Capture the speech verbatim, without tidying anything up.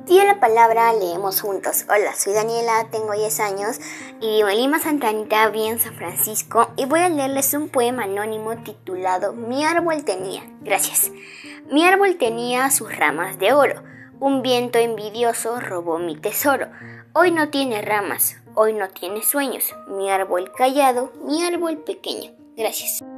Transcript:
Día la palabra, leemos juntos. Hola, soy Daniela, tengo diez años y vivo en Lima, Santa Anita, bien San Francisco, y voy a leerles un poema anónimo titulado Mi árbol tenía. Gracias. Mi árbol tenía sus ramas de oro, un viento envidioso robó mi tesoro. Hoy no tiene ramas, hoy no tiene sueños, mi árbol callado, mi árbol pequeño. Gracias.